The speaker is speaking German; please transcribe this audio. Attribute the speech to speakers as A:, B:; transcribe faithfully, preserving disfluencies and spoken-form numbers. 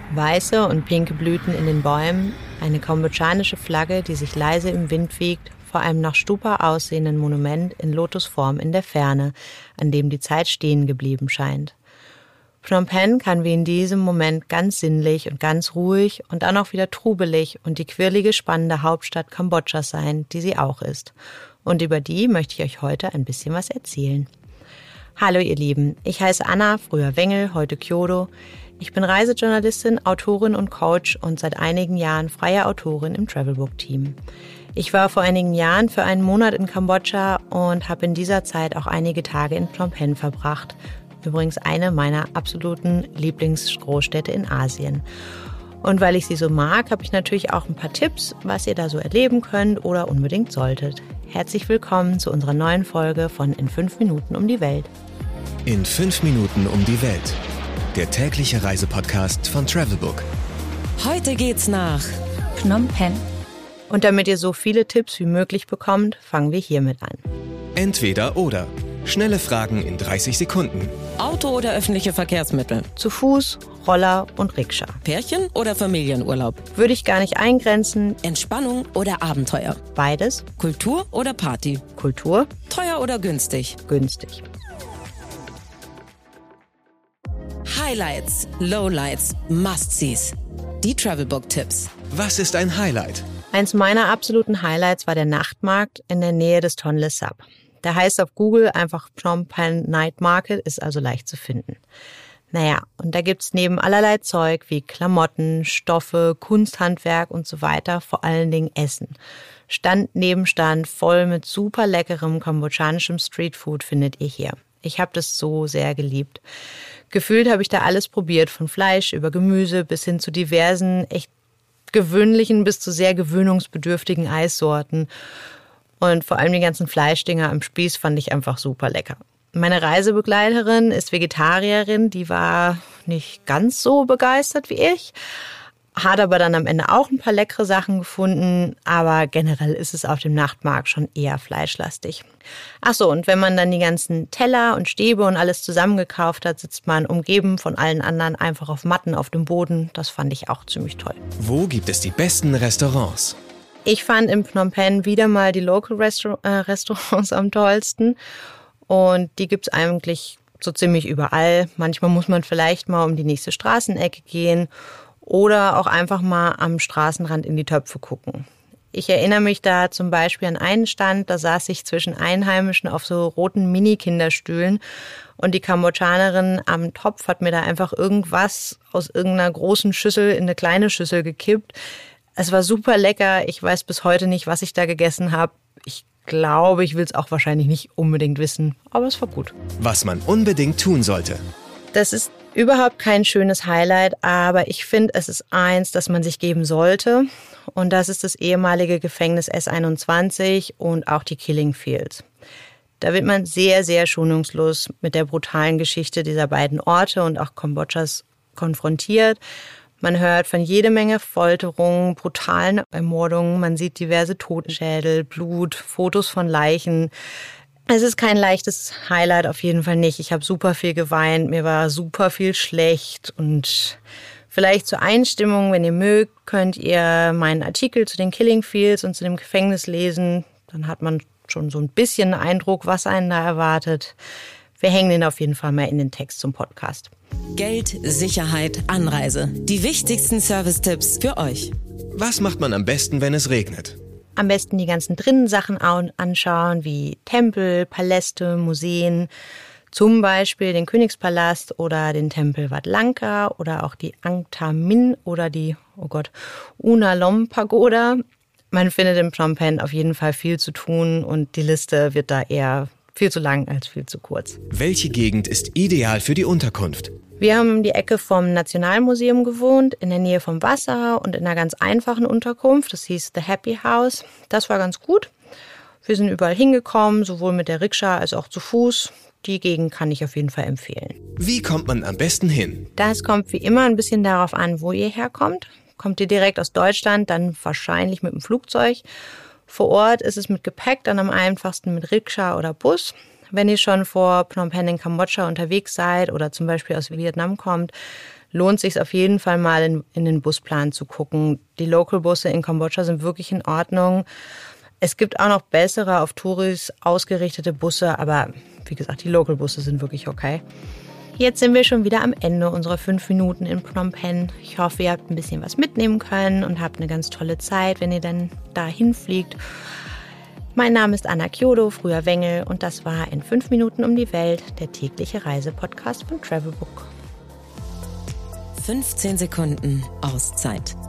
A: Weiße und pinke Blüten in den Bäumen, eine kambodschanische Flagge, die sich leise im Wind wiegt, vor einem nach Stupa aussehenden Monument in Lotusform in der Ferne, an dem die Zeit stehen geblieben scheint. Phnom Penh kann wie in diesem Moment ganz sinnlich und ganz ruhig und dann auch wieder trubelig und die quirlige, spannende Hauptstadt Kambodschas sein, die sie auch ist. Und über die möchte ich euch heute ein bisschen was erzählen. Hallo ihr Lieben, ich heiße Anna, früher Wengel, heute Kyodo. Ich bin Reisejournalistin, Autorin und Coach und seit einigen Jahren freie Autorin im Travelbook-Team. Ich war vor einigen Jahren für einen Monat in Kambodscha und habe in dieser Zeit auch einige Tage in Phnom Penh verbracht. Übrigens eine meiner absoluten Lieblingsgroßstädte in Asien. Und weil ich sie so mag, habe ich natürlich auch ein paar Tipps, was ihr da so erleben könnt oder unbedingt solltet. Herzlich willkommen zu unserer neuen Folge von In fünf Minuten um die Welt.
B: In fünf Minuten um die Welt. Der tägliche Reisepodcast von Travelbook.
C: Heute geht's nach
D: Phnom Penh.
A: Und damit ihr so viele Tipps wie möglich bekommt, fangen wir hiermit an.
B: Entweder oder. Schnelle Fragen in dreißig Sekunden.
C: Auto oder öffentliche Verkehrsmittel?
A: Zu Fuß, Roller und Rikscha.
C: Pärchen oder Familienurlaub?
A: Würde ich gar nicht eingrenzen.
C: Entspannung oder Abenteuer?
A: Beides.
C: Kultur oder Party?
A: Kultur.
C: Teuer oder günstig?
A: Günstig.
C: Highlights, Lowlights, Must-Sees. Die Travelbook-Tipps.
B: Was ist ein Highlight?
A: Eins meiner absoluten Highlights war der Nachtmarkt in der Nähe des Tonle Sap. Der heißt auf Google einfach Phnom Penh Night Market, ist also leicht zu finden. Naja, und da gibt's neben allerlei Zeug wie Klamotten, Stoffe, Kunsthandwerk und so weiter vor allen Dingen Essen. Stand neben Stand voll mit super leckerem kambodschanischem Streetfood findet ihr hier. Ich habe das so sehr geliebt. Gefühlt habe ich da alles probiert, von Fleisch über Gemüse bis hin zu diversen, echt gewöhnlichen bis zu sehr gewöhnungsbedürftigen Eissorten. Und vor allem die ganzen Fleischdinger am Spieß fand ich einfach super lecker. Meine Reisebegleiterin ist Vegetarierin, die war nicht ganz so begeistert wie ich, hat aber dann am Ende auch ein paar leckere Sachen gefunden, aber generell ist es auf dem Nachtmarkt schon eher fleischlastig. Ach so, und wenn man dann die ganzen Teller und Stäbe und alles zusammengekauft hat, sitzt man umgeben von allen anderen einfach auf Matten auf dem Boden. Das fand ich auch ziemlich toll.
B: Wo gibt es die besten Restaurants?
A: Ich fand in Phnom Penh wieder mal die Local Restaur- äh, Restaurants am tollsten. Und die gibt's eigentlich so ziemlich überall. Manchmal muss man vielleicht mal um die nächste Straßenecke gehen oder auch einfach mal am Straßenrand in die Töpfe gucken. Ich erinnere mich da zum Beispiel an einen Stand, da saß ich zwischen Einheimischen auf so roten Mini-Kinderstühlen und die Kambodschanerin am Topf hat mir da einfach irgendwas aus irgendeiner großen Schüssel in eine kleine Schüssel gekippt. Es war super lecker. Ich weiß bis heute nicht, was ich da gegessen habe. Ich glaube, ich will es auch wahrscheinlich nicht unbedingt wissen, aber es war gut.
B: Was man unbedingt tun sollte.
A: Das ist überhaupt kein schönes Highlight, aber ich finde, es ist eins, das man sich geben sollte. Und das ist das ehemalige Gefängnis S einundzwanzig und auch die Killing Fields. Da wird man sehr, sehr schonungslos mit der brutalen Geschichte dieser beiden Orte und auch Kambodschas konfrontiert. Man hört von jede Menge Folterungen, brutalen Ermordungen. Man sieht diverse Totenschädel, Blut, Fotos von Leichen. Es ist kein leichtes Highlight, auf jeden Fall nicht. Ich habe super viel geweint, mir war super viel schlecht. Und vielleicht zur Einstimmung, wenn ihr mögt, könnt ihr meinen Artikel zu den Killing Fields und zu dem Gefängnis lesen. Dann hat man schon so ein bisschen Eindruck, was einen da erwartet. Wir hängen den auf jeden Fall mal in den Text zum Podcast.
C: Geld, Sicherheit, Anreise. Die wichtigsten Service-Tipps für euch.
B: Was macht man am besten, wenn es regnet?
A: Am besten die ganzen Drinnensachen anschauen, wie Tempel, Paläste, Museen. Zum Beispiel den Königspalast oder den Tempel Wat Langka oder auch die Ang Tham Min oder die, oh Gott, Unalom Pagoda. Man findet in Phnom Penh auf jeden Fall viel zu tun und die Liste wird da eher viel zu lang als viel zu kurz.
B: Welche Gegend ist ideal für die Unterkunft?
A: Wir haben um die Ecke vom Nationalmuseum gewohnt, in der Nähe vom Wasser und in einer ganz einfachen Unterkunft. Das hieß The Happy House. Das war ganz gut. Wir sind überall hingekommen, sowohl mit der Rikscha als auch zu Fuß. Die Gegend kann ich auf jeden Fall empfehlen.
B: Wie kommt man am besten hin?
A: Das kommt wie immer ein bisschen darauf an, wo ihr herkommt. Kommt ihr direkt aus Deutschland, dann wahrscheinlich mit dem Flugzeug. Vor Ort ist es mit Gepäck dann am einfachsten mit Rikscha oder Bus. Wenn ihr schon vor Phnom Penh in Kambodscha unterwegs seid oder zum Beispiel aus Vietnam kommt, lohnt sich auf jeden Fall mal in, in den Busplan zu gucken. Die Local-Busse in Kambodscha sind wirklich in Ordnung. Es gibt auch noch bessere auf Touris ausgerichtete Busse, aber wie gesagt, die Local-Busse sind wirklich okay. Jetzt sind wir schon wieder am Ende unserer fünf Minuten in Phnom Penh. Ich hoffe, ihr habt ein bisschen was mitnehmen können und habt eine ganz tolle Zeit, wenn ihr dann dahin fliegt. Mein Name ist Anna Kyodo, früher Wengel, und das war in fünf Minuten um die Welt, der tägliche Reisepodcast von Travelbook.
C: fünfzehn Sekunden Auszeit.